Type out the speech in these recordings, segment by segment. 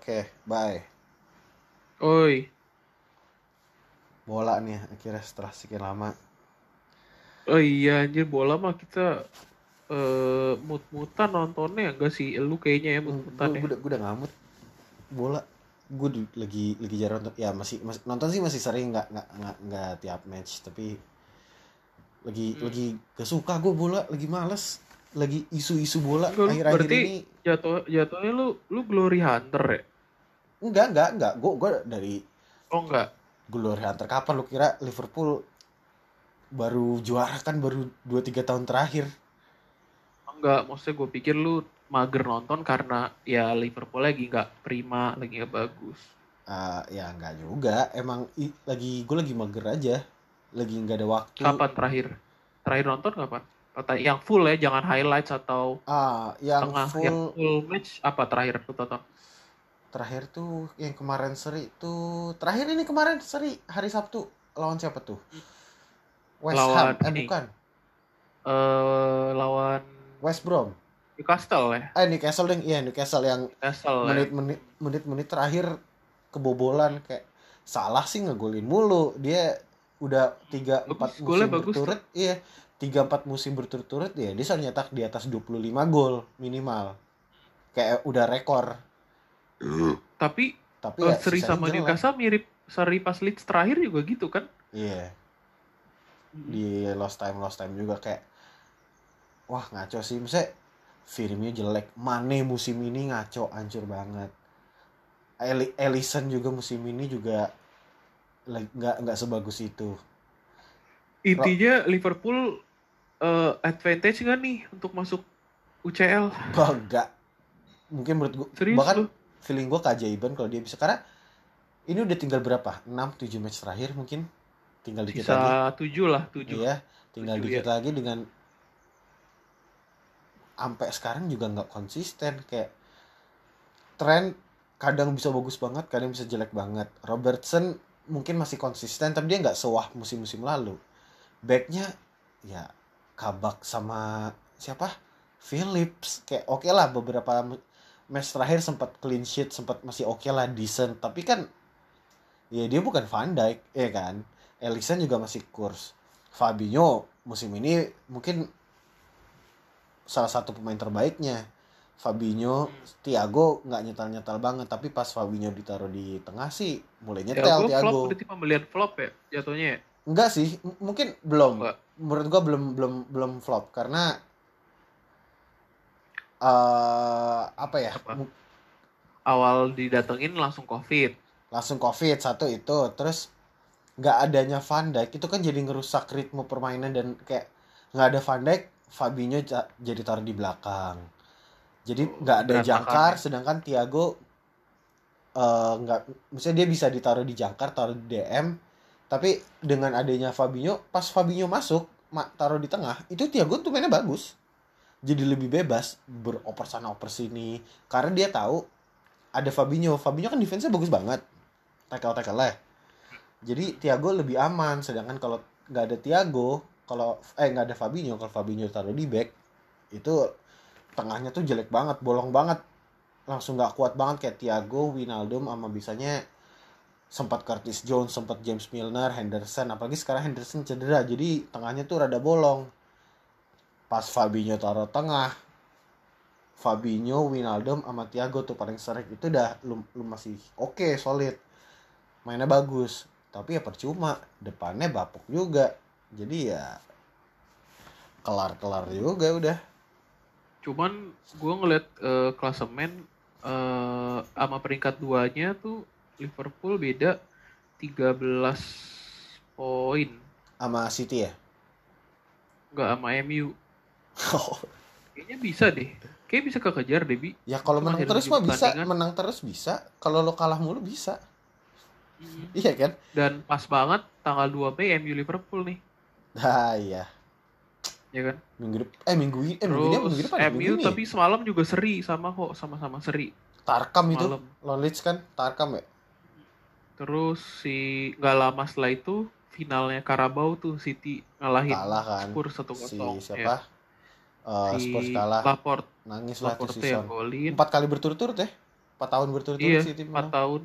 Oke, bye. Oi, Bola nih akhirnya setelah sekian lama. oh iya anjir bola mah kita mut-mutan nontonnya enggak sih? Lu kayaknya ya Gue mut-mutan ya. udah ngamut bola. Gue lagi jarang nonton. Ya masih nonton sih masih sering nggak tiap match tapi Hmm. lagi gak suka gue bola, lagi males. Lagi isu-isu bola Enggak lu akhir-akhir berarti ini. jatuhnya lu Glory Hunter ya? Enggak. Gue dari Oh enggak. Glory Hunter kapan lu kira Liverpool baru juara kan baru 2-3 tahun terakhir. Enggak, maksudnya gue pikir lu mager nonton karena ya Liverpool lagi enggak prima, lagi enggak bagus. Ya nggak juga, emang gue lagi mager aja, lagi nggak ada waktu. Kapan terakhir? Terakhir nonton kapan? Yang full ya, jangan highlights atau Yang tengah. Yang full full match apa terakhir lu tonton? terakhir tuh yang kemarin seri tuh, terakhir ini kemarin seri hari Sabtu lawan siapa tuh? West Ham, Lawan ini. bukan, Lawan West Brom. Newcastle ya. Newcastle ding, iya Newcastle yang Newcastle ya. menit-menit terakhir kebobolan, kayak salah sih ngegolin mulu dia. Udah tiga Bagus, empat golnya musim bagus tuh. berturut iya 3-4 musim berturut-turut ya dia bisa nyetak di atas 25 gol minimal, kayak udah rekor. Tapi Tapi ya seri sisanya sama jelek. Newcastle mirip seri pas Leeds terakhir juga gitu kan? Iya, Mm. di lost time juga kayak wah ngaco sih. Maksudnya Firmino jelek, Mane musim ini ngaco, hancur banget. Ellison juga musim ini juga nggak sebagus itu. Intinya Liverpool advantage nggak nih untuk masuk UCL? Kok nggak, mungkin menurut gue Serius bahkan lu? feeling gue keajaiban kalau dia bisa, karena ini udah tinggal berapa, 6-7 match terakhir, mungkin tinggal dikit Sisa lagi. 7 lah, 7. Iya, tinggal 7 ya. dikit lagi. Dengan sampai sekarang juga nggak konsisten, kayak tren kadang bisa bagus banget, kadang bisa jelek banget. Robertson mungkin masih konsisten tapi dia nggak sewah musim-musim lalu. Backnya ya Kabak sama siapa, Phillips, kayak oke lah beberapa match terakhir sempat clean sheet, sempat masih oke lah, decent, tapi kan ya dia bukan Van Dijk ya kan. Ellison juga masih kurs. Fabinho musim ini mungkin salah satu pemain terbaiknya. Fabinho, Hmm. Thiago nggak nyetal-nyetal banget, tapi pas Fabinho ditaruh di tengah sih mulai nyetel Thiago flop, Thiago. berarti pembelian flop ya jatuhnya ya? Enggak sih, mungkin Oh belum. enggak. Menurut gua belum flop karena apa ya? Apa? Awal didatengin langsung COVID. Langsung Covid satu itu, terus nggak adanya Van Dijk itu kan jadi ngerusak ritme permainan, dan kayak nggak ada Van Dijk, Fabinho jadi taruh di belakang. Jadi Oh, nggak jadi ada berantakan jangkar, ya. sedangkan Thiago nggak, misalnya dia bisa ditaruh di jangkar, taruh di DM, tapi dengan adanya Fabinho, pas Fabinho masuk taruh di tengah, itu Thiago tuh mainnya bagus, jadi lebih bebas beroper sana oper sini, karena dia tahu ada Fabinho kan defense-nya bagus banget, tackle lah. Jadi Thiago lebih aman, sedangkan kalau nggak ada Thiago, kalau nggak ada Fabinho, kalau Fabinho taruh di back itu tengahnya tuh jelek banget, bolong banget, langsung nggak kuat banget, kayak Thiago, Wijnaldum, sama bisanya sempat Curtis Jones, sempat James Milner, Henderson, apalagi sekarang Henderson cedera, jadi tengahnya tuh rada bolong. Pas Fabinho taruh tengah, Fabinho, Wijnaldum, sama Thiago tuh paling sering, itu udah lu masih oke, solid, mainnya bagus, tapi ya percuma, depannya bapuk juga, jadi ya kelar-kelar juga udah. Cuman gue ngeliat klasemen sama peringkat duanya tuh Liverpool beda 13 poin. Sama City ya. Nggak sama MU. Kayaknya bisa deh. Kayak bisa kekejar deh, Bi. Ya kalau Maksudnya menang masih ada terus 7 mah bisa, pertandingan. menang terus bisa, kalau lo kalah mulu bisa. Mhm. Iya kan. Dan pas banget tanggal 2 Mei MU Liverpool nih. Iya, Ya kan? minggu ini apa Terus minggu depan ya? Minggu MU ini ya. tapi semalam juga seri sama kok. Sama-sama seri. Tarkam itu Semalam. lawan Leeds kan, Tarkam ya. Terus nggak lama setelah itu finalnya Carabao tuh City ngalahin Kalah kan Spurs 1-0 si ya. siapa, Si Spurs kalah. Laporte Nangis lah tuh Laporte yang season golin. 4 kali berturut-turut ya. 4 tahun berturut-turut Iya, City 4 menang. tahun.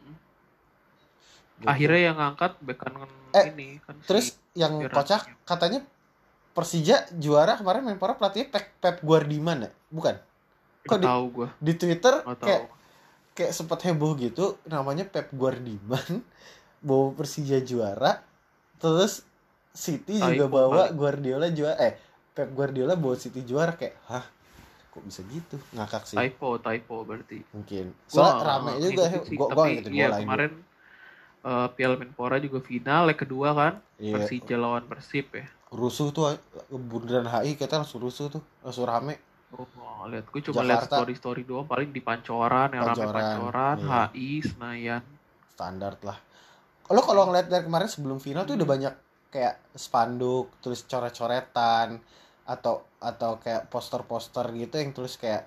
Gokil. Akhirnya yang ngangkat bekan ini kan Terus si yang kocak Fernandinho. katanya Persija juara kemarin Menpora pelatihnya Pep Guardiola ya? Bukan? Kok Nggak tahu gue, di Twitter nggak tahu. kayak sempat heboh gitu namanya Pep Guardiola bawa Persija juara, terus City juga Typo bawa kali. Guardiola juara, Pep Guardiola bawa City juara, kayak hah kok bisa gitu, ngakak sih. Typo berarti. Mungkin Gue soalnya rame juga, ngikutin sih, gua tapi ngikutin iya bola Indo. kemarin Piala Menpora juga final leg kedua kan, Iya, Persija lawan Persib ya. rusuh tuh Bundaran HI, kita langsung rusuh tuh, langsung rame. Oh, lihat gue cuma lihat Jakarta story doang, paling di Pancoran yang rame Pancoran, Pancoran, iya HI, Senayan. standar lah. Lo kalau ngeliat dari kemarin sebelum final tuh udah banyak kayak spanduk, tulis coret-coretan, atau kayak poster-poster gitu yang tulis kayak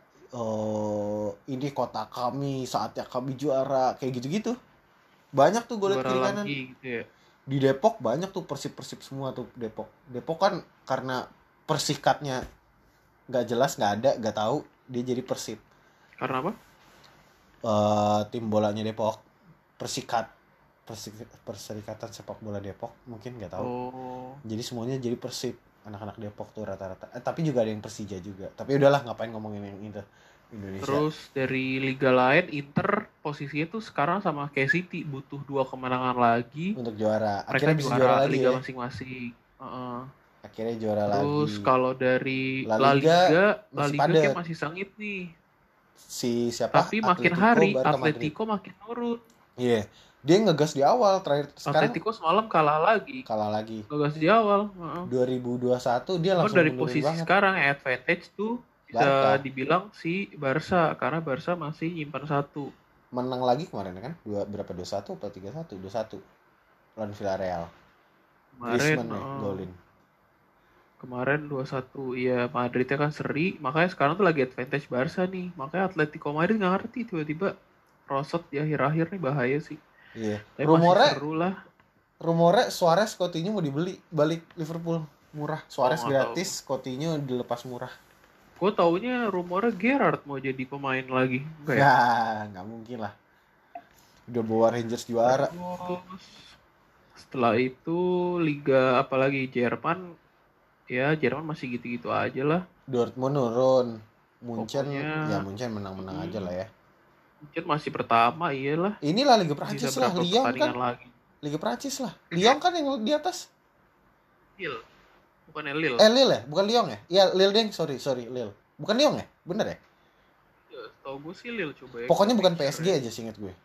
ini kota kami, saatnya kami juara, kayak gitu-gitu. Banyak tuh gue liat Juara kiri kanan. lagi gitu ya. Di Depok banyak tuh Persib semua tuh Depok. Depok kan karena persikatnya nggak jelas, nggak ada, nggak tahu, dia jadi Persib. Karena apa? Tim bolanya Depok, Persikat, Perserikatan Sepak Bola Depok, mungkin nggak tahu. Oh, Jadi semuanya jadi Persib, anak-anak Depok tuh rata-rata. Tapi juga ada yang Persija juga. Tapi udahlah, ngapain ngomongin yang itu, Indonesia. terus dari liga lain Inter posisinya tuh sekarang sama kayak City, butuh 2 kemenangan lagi. Untuk juara. Mereka Akhirnya bisa juara lagi liga ya. masing-masing. Akhirnya juara Terus lagi. kalau dari La La Liga Liga masih kayak padat. masih sengit nih. Si siapa? Tapi makin Atletico hari Barca Madrid. Atletico makin nurut. Iya. Dia ngegas di awal, terakhir sekarang Atletico semalam kalah lagi. Ngegas di awal. 2021 dia Cuman langsung dari menurun posisi banget. sekarang advantage tuh bisa Barca dibilang si Barca karena Barca masih nyimpan 1. menang lagi kemarin kan? Berapa? 2-1 atau 3-1? 2-1 lawan Villarreal. Kemarin Griezmann ya golin. Kemarin 2-1. Iya, Madridnya kan seri, makanya sekarang tuh lagi advantage Barca nih. Makanya Atletico Madrid nggak ngerti tiba-tiba rosot di akhir-akhir nih, bahaya sih. Iya. Tapi masih seru lah. Rumornya Suarez Coutinho mau dibeli balik Liverpool murah. Suarez gratis, Coutinho dilepas murah. Gue taunya rumornya Gerrard mau jadi pemain lagi. Enggak ya? Nggak mungkin lah. Udah bawa Rangers juara. Terus setelah itu liga apalagi Jerman. Ya Jerman masih gitu-gitu aja lah. Dortmund nurun. Munchen Pokoknya, Munchen menang-menang aja lah ya. Munchen masih pertama, iyalah. Inilah Liga Prancis lah, Lyon kan. Lagi. Liga Prancis lah. Lyon kan yang di atas. Lille. Bukan Lille. Lille ya? Bukan Lyon ya? Iya, Lille deng. Sorry, Lille. Bukan Lyon ya? Bener ya? Ya, tau gue sih Lille, coba ya. Pokoknya bukan PSG aja seinget gue.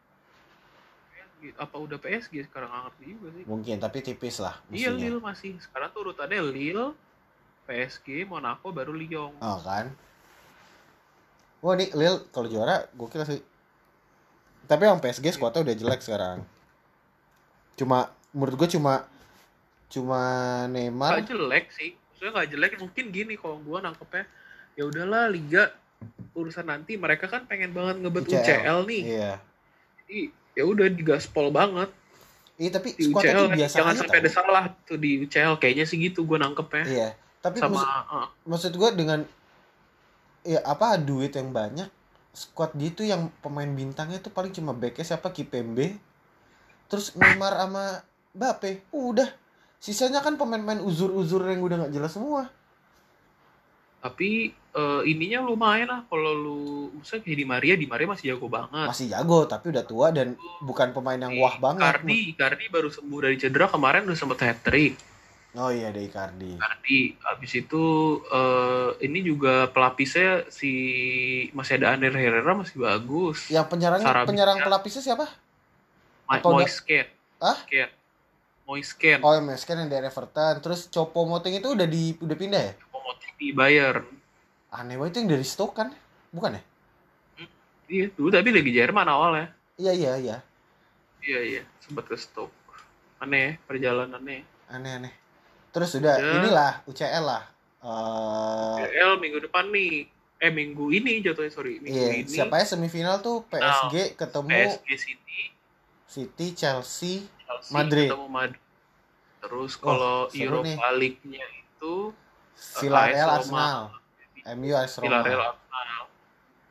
Apa udah PSG sekarang, nggak ngerti juga sih. Mungkin, tapi tipis lah mestinya. Iya, Lille masih. Sekarang tuh urutannya Lille, PSG, Monaco, baru Lyon. Oh kan. Wah nih Lille kalau juara gokil sih. Tapi yang PSG skuadnya udah jelek sekarang. Menurut gue cuma Neymar. Gak jelek sih. Maksudnya gak jelek, mungkin gini kalau gue nangkepnya. Ya udahlah, liga urusan nanti. Mereka kan pengen banget ngebet UCL nih. Iya. Jadi ya udah digaspol banget. Iya, tapi di skuadnya tuh biasa jangan aja. Sampai ada salah tuh di UCL, kayaknya sih gitu gue nangkepnya. Iya, tapi maksud gue dengan duit yang banyak, skuad dia tuh yang pemain bintangnya tuh paling cuma backnya siapa, Kipembe, terus Neymar sama Mbappe, udah. Sisanya kan pemain-pemain uzur-uzur yang udah nggak jelas semua. Tapi ininya lumayan lah. Kalau lu misalnya kayak Di Maria masih jago banget. Masih jago, tapi udah tua dan bukan pemain yang wah banget. Icardi baru sembuh dari cedera kemarin, udah sempet hat-trick. Oh iya, ada Icardi. Abis itu ini juga pelapisnya masih ada Ander Herrera, masih bagus. Yang penyerang pelapisnya siapa? Moisken. Oh, Moisken yang dari Everton. Terus Choupo-Moting itu udah pindah ya? Choupo-Moting di Bayern. Aneh banget, itu yang dari Stoke kan? Bukan ya? Iya, dulu tapi lagi Jerman awalnya. Iya. Iya, sempat ke Stoke. Aneh perjalanannya. Aneh. Terus udah inilah UCL lah. UCL minggu depan nih. Minggu ini jatuhnya, minggu ini. Siapa ya semifinal tuh? PSG ketemu City, Chelsea, Madrid. Ketemu Madrid. Terus kalau Europa League-nya itu Villarreal, Arsenal. MU, AS Roma. Villarreal, Arsenal.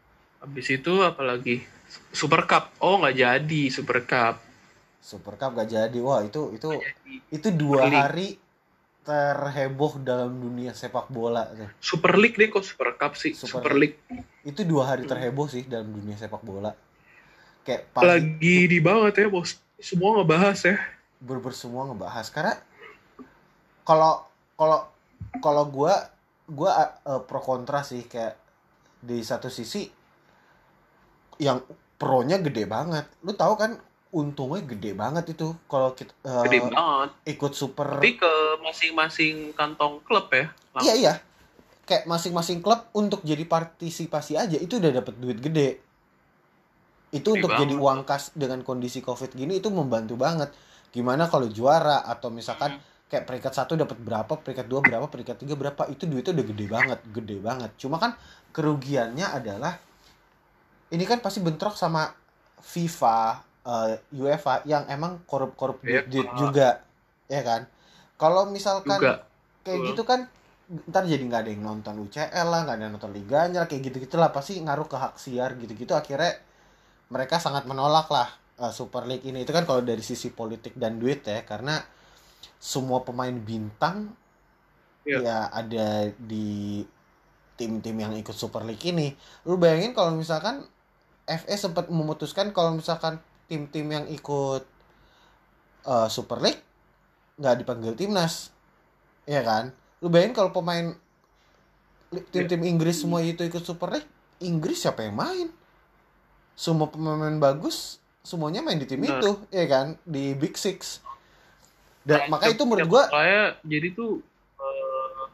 Habis itu apalagi Super Cup. Oh, nggak jadi Super Cup. Super Cup gak jadi. Wah, Nggak jadi. itu Super dua League. hari terheboh dalam dunia sepak bola tuh. Super League deh, kok Super Cup sih? Super Super League League. itu 2 hari Hmm. terheboh sih dalam dunia sepak bola. Kayak pagi Lagi di banget ya, bos. Semua ngebahas ya. berber semua ngebahas karena kalau kalau kalau gue pro kontra sih. Kayak di satu sisi yang pro-nya gede banget. Lu tahu kan untungnya gede banget itu kalau kita Gede banget. ikut super. Tapi ke masing-masing kantong klub ya, Iya, iya, langsung. kayak masing-masing klub untuk jadi partisipasi aja itu udah dapat duit gede. Itu Gede untuk jadi banget. uang kas dengan kondisi covid gini itu membantu banget. Gimana kalau juara atau misalkan Hmm. kayak peringkat 1 dapat berapa, peringkat 2 berapa, peringkat 3 berapa, itu duitnya udah gede banget, gede banget. Cuma kan kerugiannya adalah ini kan pasti bentrok sama FIFA, UEFA yang emang korup-korup Ya, duit-duit juga, ya kan? Kalau misalkan juga. kayak Betul. gitu kan ntar jadi nggak ada yang nonton UCL lah, nggak ada yang nonton liganya kayak gitu gitulah, pasti ngaruh ke hak siar gitu-gitu. Akhirnya mereka sangat menolak lah Super League ini. Itu kan kalau dari sisi politik dan duit ya, karena semua pemain bintang Ya, ya ada di tim-tim yang ikut Super League ini. Lu bayangin kalau misalkan FA sempat memutuskan kalau misalkan tim-tim yang ikut Super League nggak dipanggil timnas, ya kan? Lu bayangin kalau pemain ya. tim-tim Inggris semua itu ikut Super League, Inggris siapa yang main? Semua pemain bagus, semuanya main di tim Benar. itu, ya kan? Di Big Six. Dan Nah, makanya itu menurut yang gua saya jadi tuh eh,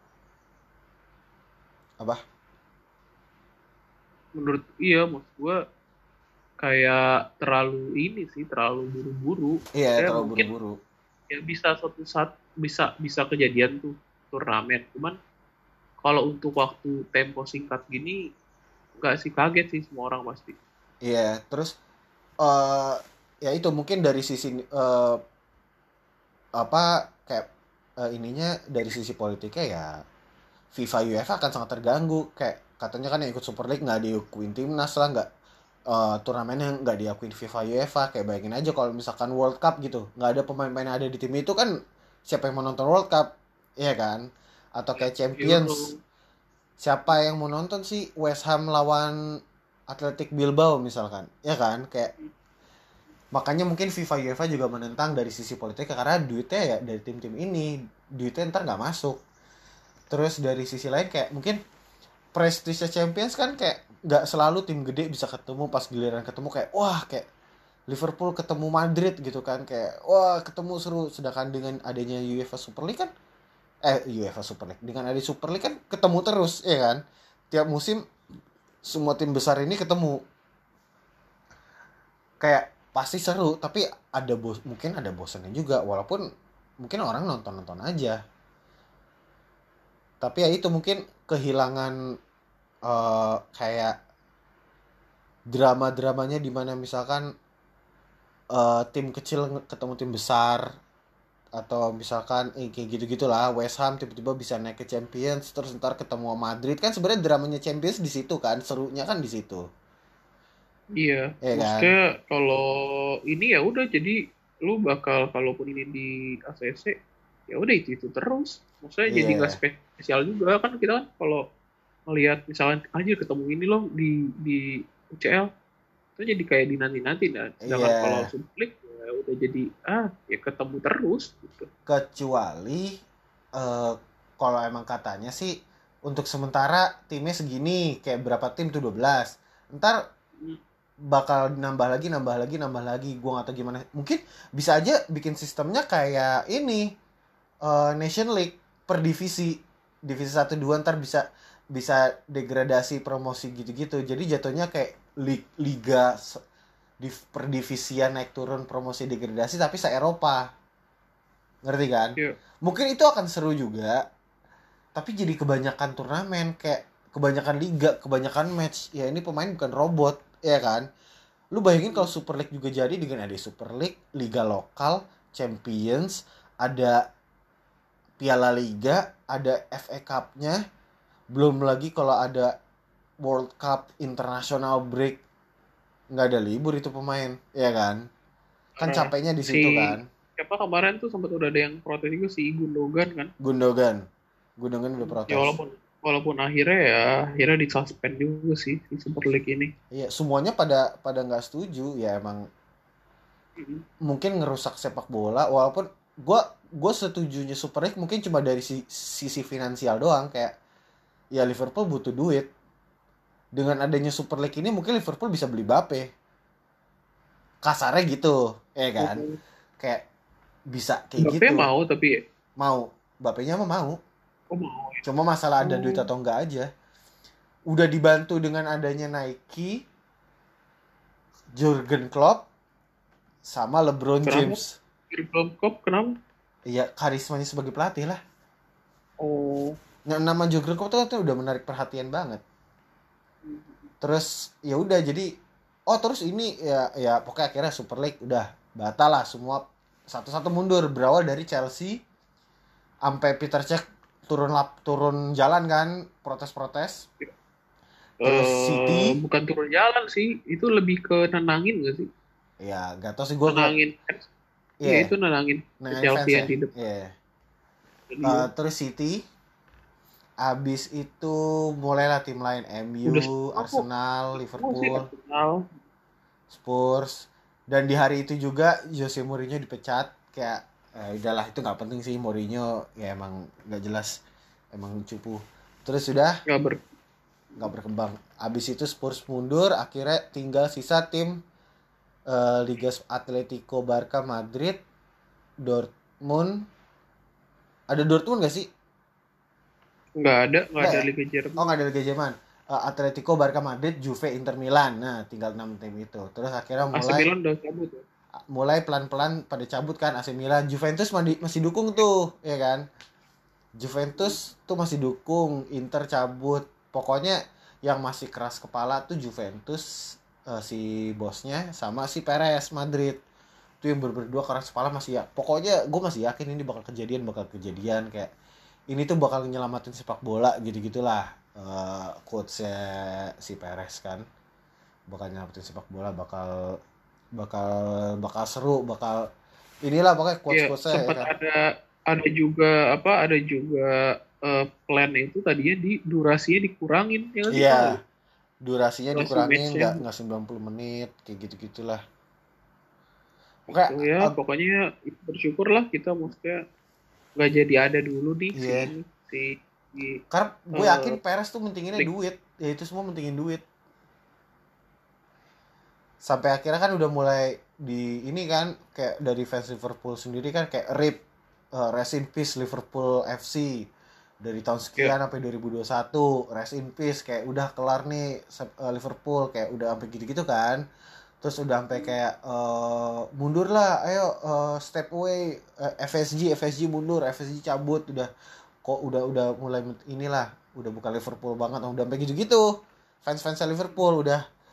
apa? menurut iya maksud gua kayak terlalu ini sih, terlalu buru-buru. Iya, Maksudnya terlalu mungkin buru-buru. ya bisa suatu saat bisa bisa kejadian tuh turnamen. Cuman kalau untuk waktu tempo singkat gini nggak sih, kaget sih semua orang pasti. Iya, terus eh ya itu mungkin dari sisi apa kayak ininya dari sisi politiknya ya FIFA UEFA akan sangat terganggu. Kayak katanya kan yang ikut Super League nggak diakuin timnas lah, nggak turnamennya nggak diakuin FIFA UEFA. Kayak bayangin aja kalau misalkan World Cup gitu nggak ada pemain-pemain yang ada di tim itu kan, siapa yang mau nonton World Cup, iya kan? Atau Ya, kayak Euro. Champions, siapa yang mau nonton sih West Ham lawan Athletic Bilbao misalkan, ya kan? Kayak makanya mungkin FIFA UEFA juga menentang dari sisi politik karena duitnya ya dari tim-tim ini, duitnya ntar nggak masuk. Terus dari sisi lain kayak mungkin prestige Champions kan kayak nggak selalu tim gede bisa ketemu, pas giliran ketemu kayak wah, kayak Liverpool ketemu Madrid gitu kan, kayak wah ketemu seru. Sedangkan dengan adanya UEFA Super League kan UEFA Super League dengan ada Super League kan ketemu terus, ya kan? Tiap musim semua tim besar ini ketemu, kayak pasti seru. Tapi mungkin ada bosannya juga, walaupun mungkin orang nonton-nonton aja. Tapi ya itu mungkin kehilangan kayak drama-dramanya di mana misalkan tim kecil ketemu tim besar, atau misalkan kayak gitu-gitulah. West Ham tiba-tiba bisa naik ke Champions terus ntar ketemu Madrid, kan sebenarnya dramanya Champions di situ kan, serunya kan di situ, Iya, ya maksudnya kan? kalau ini ya udah jadi lu bakal kalaupun ini di ACC ya udah itu terus. Maksudnya jadi nggak Iya, spesial juga kan, kita kan kalau melihat misalnya aja ketemu ini loh di UCL itu jadi kayak dinanti-nanti. Nah, sedangkan kalau iya, Super League ya udah jadi ya ketemu terus gitu. kecuali eh kalau emang katanya sih untuk sementara timnya segini, kayak berapa tim tuh 12, ntar Hmm. bakal nambah lagi, nambah lagi, nambah lagi. Gue gak tahu gimana, mungkin bisa aja bikin sistemnya kayak ini, Nation League per divisi, divisi 1 2 ntar bisa bisa degradasi promosi gitu-gitu. Jadi jatuhnya kayak liga per divisian, naik turun promosi degradasi tapi se Eropa, ngerti kan? Ya, Mungkin itu akan seru juga, tapi jadi kebanyakan turnamen, kayak kebanyakan liga, kebanyakan match. Ya ini pemain bukan robot, ya kan? Lu bayangin kalau Super League juga jadi, dengan ada Super League, liga lokal, Champions, ada Piala Liga, ada FA Cup-nya, belum lagi kalau ada World Cup, international break, nggak ada libur itu pemain, ya kan? Kan Karena capeknya di si situ kan. siapa kemarin tuh sempat udah ada yang protes juga si Gundogan kan. Gundogan udah Ya protes. walaupun akhirnya disuspend juga sih si Super League ini. Iya, semuanya pada pada nggak setuju, ya emang Mm. mungkin ngerusak sepak bola. Walaupun gue setujunya Super League mungkin cuma dari sisi finansial doang, kayak ya Liverpool butuh duit. Dengan adanya Super League ini mungkin Liverpool bisa beli Mbappe. Kasarnya gitu, ya kan? Oh, Kayak bisa kayak Mbappe gitu. mau tapi Mau, Mbappe-nya mah mau. oh mau ya. Cuma masalah ada duit Oh, atau enggak aja. Udah dibantu dengan adanya Nike, Jurgen Klopp, sama LeBron kenapa? James. Jurgen Klopp kenapa? Iya, karismanya sebagai pelatih lah. Oh, Nama Jurgen Klopp tuh udah menarik perhatian banget. Terus ya udah jadi terus ini ya pokoknya akhirnya Super League udah batal lah semua, satu-satu mundur, berawal dari Chelsea sampai Peter Cech turun jalan kan, protes-protes. Terus City, bukan turun jalan sih, itu lebih ke nenangin gak sih? ya gak tau sih gue ngeliat, Nenangin fans. Iya iya itu nenangin nengahin Chelsea fans ya, yang di depan iya. dia. Terus City, abis itu mulailah tim lain, Udah MU, semua kok. Arsenal, Semua sih Liverpool, Arsenal. Spurs. Dan di hari itu juga Jose Mourinho dipecat. Kayak udahlah itu nggak penting sih, Mourinho ya emang nggak jelas, emang cupu. Terus sudah Nggak ber nggak berkembang. Abis itu Spurs mundur, akhirnya tinggal sisa tim Liga Atletico, Barca, Madrid, Dortmund. Ada Dortmund gak sih? nggak Enggak ada ya? Liga Oh, Jerman. nggak ada Liga Jerman. Atletico, Barca, Madrid, Juve, Inter Milan. Nah, tinggal 6 tim itu. Terus akhirnya AC mulai Milan udah cabut ya. mulai pelan-pelan pada cabut kan, AC Milan, Juventus masih dukung tuh, ya kan? Juventus tuh masih dukung, Inter cabut. Pokoknya yang masih keras kepala tuh Juventus, si bosnya sama si Perez Madrid. Itu yang berdua keras kepala masih ya. Pokoknya gue masih yakin ini bakal kejadian kayak ini tuh bakal nyelamatin sepak bola gitu-gitulah. Quotes-nya si Perez kan. Bakal nyelamatin sepak bola, bakal bakal bakal seru, bakal inilah pokoknya Iya, quotes-quotesnya ya sempat kan. ada juga plan itu tadinya di durasinya dikurangin ya nggak sih Iya, tahu durasinya durasi dikurangin, matchnya nggak 90 menit kayak gitu-gitulah. Pokoknya itu ya pokoknya bersyukur lah kita maksudnya nggak jadi ada dulu nih si iya. ini si Karena gue eh, yakin Perez tuh mentinginnya Flick. duit. Ya itu semua mentingin duit. Sampai akhirnya kan udah mulai di ini kan, kayak dari fans Liverpool sendiri kan kayak RIP, Rest in Peace Liverpool FC, dari tahun Ya sekian sampai 2021 Rest in Peace, kayak udah kelar nih Liverpool, kayak udah sampai gitu-gitu kan. Terus udah sampai kayak mundur lah, ayo step away, FSG mundur, FSG cabut, udah kok udah mulai inilah, udah bukan Liverpool banget, udah sampai gitu-gitu. Fans-fans Liverpool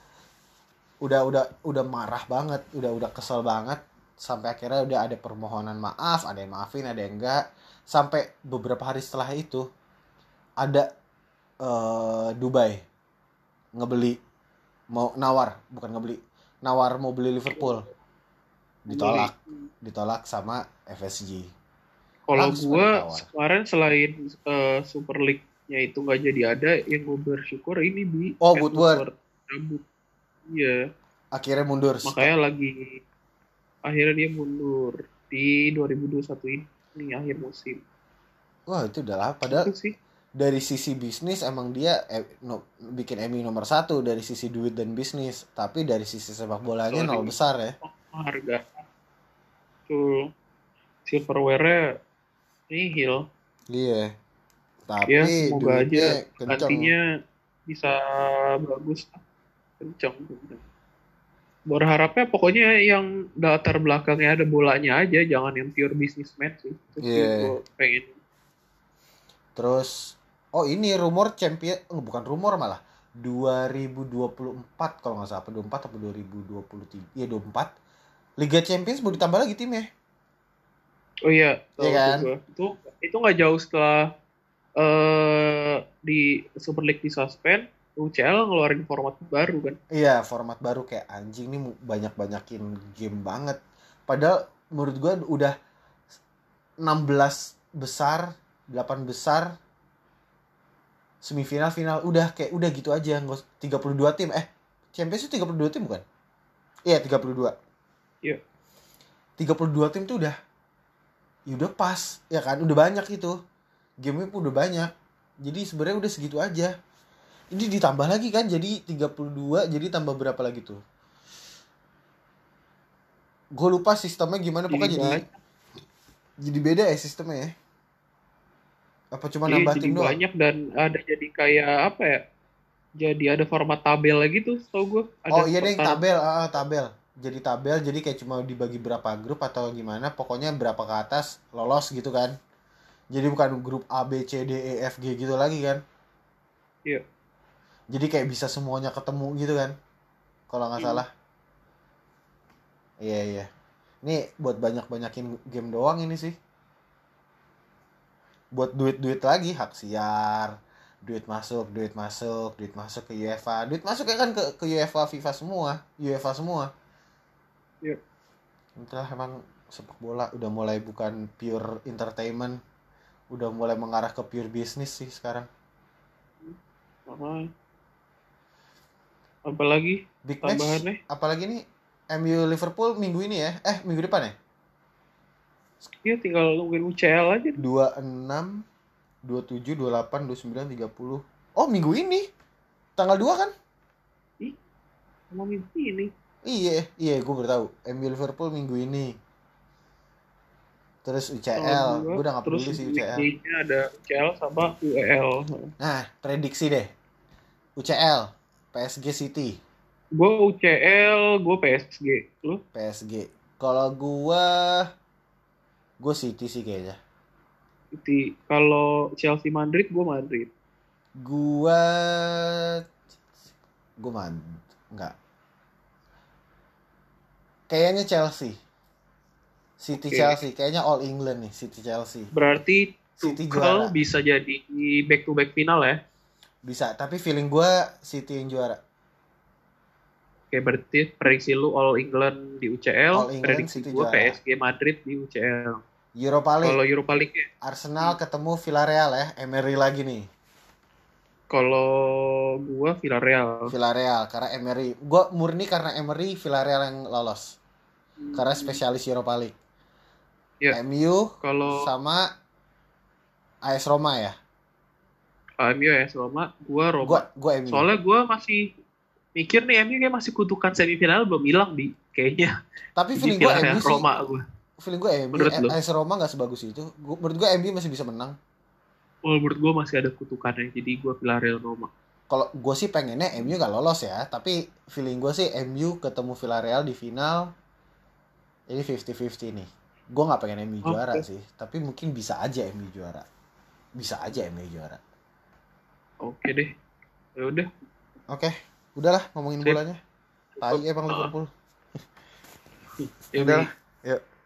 udah marah banget, udah kesel banget, sampai akhirnya udah ada permohonan maaf, ada yang maafin, ada yang enggak. Sampai beberapa hari setelah itu ada Dubai ngebeli, mau nawar, bukan ngebeli, nawar mau beli Liverpool, beli ditolak sama FSG, kalau langsung gue ada tawar. kemarin selain Super League-nya itu nggak jadi ada yang gue bersyukur ini bi Ed Woodward Woodward cabut. Iya, akhirnya mundur. makanya akhirnya dia mundur di 2021 ini akhir musim. Wah itu udah lah, padahal Itu sih dari sisi bisnis emang dia bikin MU nomor satu dari sisi duit dan bisnis, tapi dari sisi sepak bolanya soalnya nol besar ya. harga tuh silverware-nya nihil. Iya, Ya, tapi semoga aja duitnya kenceng. gantinya bisa bagus, kenceng. Berharapnya pokoknya yang latar belakangnya ada bolanya aja, jangan yang pure businessman sih. Itu sih gue Iya. pengen. Terus ini rumor champion, bukan rumor malah, 2024 kalau nggak salah, apa 24 atau 2023, iya 24, Liga Champions mau ditambah lagi timnya. Oh iya, Iya tahu tuh kan? gue. Itu nggak jauh setelah di Super League disuspend, UCL ngeluarin format baru kan. Iya, format baru kayak anjing nih banyak-banyakin game banget. Padahal menurut gua udah 16 besar, 8 besar, semifinal, final, udah kayak udah gitu aja. Nggak 32 tim. Champions itu 32 tim bukan? Iya, 32. Iya. 32 tim tuh udah pas, ya kan? Udah banyak itu. Game-nya pun udah banyak. Jadi sebenarnya udah segitu aja. Ini ditambah lagi kan jadi 32, jadi tambah berapa lagi tuh? Gue lupa sistemnya gimana, Jadi pokoknya banyak. jadi beda ya sistemnya ya. Apa cuma Iya, nambah jadi tim doang? banyak dan ada jadi kayak apa ya? Jadi ada format tabel lagi tuh, tau gue. Ada Oh iya deh, pertarungan. tabel, tabel. Jadi tabel, jadi kayak cuma dibagi berapa grup atau gimana, pokoknya berapa ke atas lolos gitu kan. Jadi bukan grup A, B, C, D, E, F, G gitu lagi kan. Iya. Jadi kayak bisa semuanya ketemu gitu kan. Kalau nggak Hmm. salah. Iya, iya. Ini buat banyak-banyakin game doang ini sih. Buat duit-duit lagi, hak siar, duit masuk ke UEFA. Duit masuk ya kan ke UEFA, FIFA semua, UEFA semua. Iya. Entah, emang sepak bola udah mulai bukan pure entertainment, udah mulai mengarah ke pure bisnis sih sekarang. Makanya. Apalagi Big match, tambahannya? apalagi nih MU Liverpool minggu ini ya. Minggu depan ya? Iya, tinggal nungguin UCL aja. 26, 27, 28, 29, 30. Oh, minggu ini. Tanggal 2 kan? Ih, sama minggu ini. Iya, iya, gue baru tahu. MU Liverpool minggu ini. Terus Tanggal UCL, 2. gue udah gak Terus peduli sih UCL. weekday-nya ada UCL sama UEL. Nah, prediksi deh. UCL, PSG City, Gue UCL, gue PSG. Lu? PSG. Kalau gue City sih kayaknya. Kalau Chelsea Madrid, gue Madrid. Gua gue man nggak. Kayaknya Chelsea. City Oke. Chelsea, kayaknya All England nih, City Chelsea. Berarti City Tuchel juara. bisa jadi back-to-back final ya? Bisa, tapi feeling gue City yang juara. Oke, berarti prediksi lu All England di All UCL, England prediksi City gue juara. PSG Madrid di UCL. Europa Kalau League, Europa League ya? Arsenal ketemu Villarreal ya, Emery lagi nih. Kalau gue Villarreal. Villarreal karena Emery. Gue murni karena Emery Villarreal yang lolos. Karena Hmm, spesialis Europa League. ya, MU kalau sama AS Roma ya. MU ya selama gue Gue Roma. gue MU. Soalnya gue masih mikir nih MU kayak masih kutukan semifinal belum hilang di kayaknya. Tapi Jadi feeling gue Villarreal MU sih, Roma gue. feeling gue MU Menurut lo? AS Roma nggak sebagus itu. Menurut gue MU masih bisa menang. Menurut gue masih ada kutukannya. Jadi gue Villarreal Roma. Kalau gue sih pengennya MU nggak lolos ya, tapi feeling gue sih MU ketemu Villarreal di final. Jadi 50-50 nih. Gue nggak pengen MU juara Oke, sih, tapi mungkin bisa aja MU juara. Bisa aja MU juara. oke deh. Ya udah, Oke, udahlah ngomongin sip. bolanya. Tai emang Ah, Liverpool. ya, Udahlah, Bi. yuk.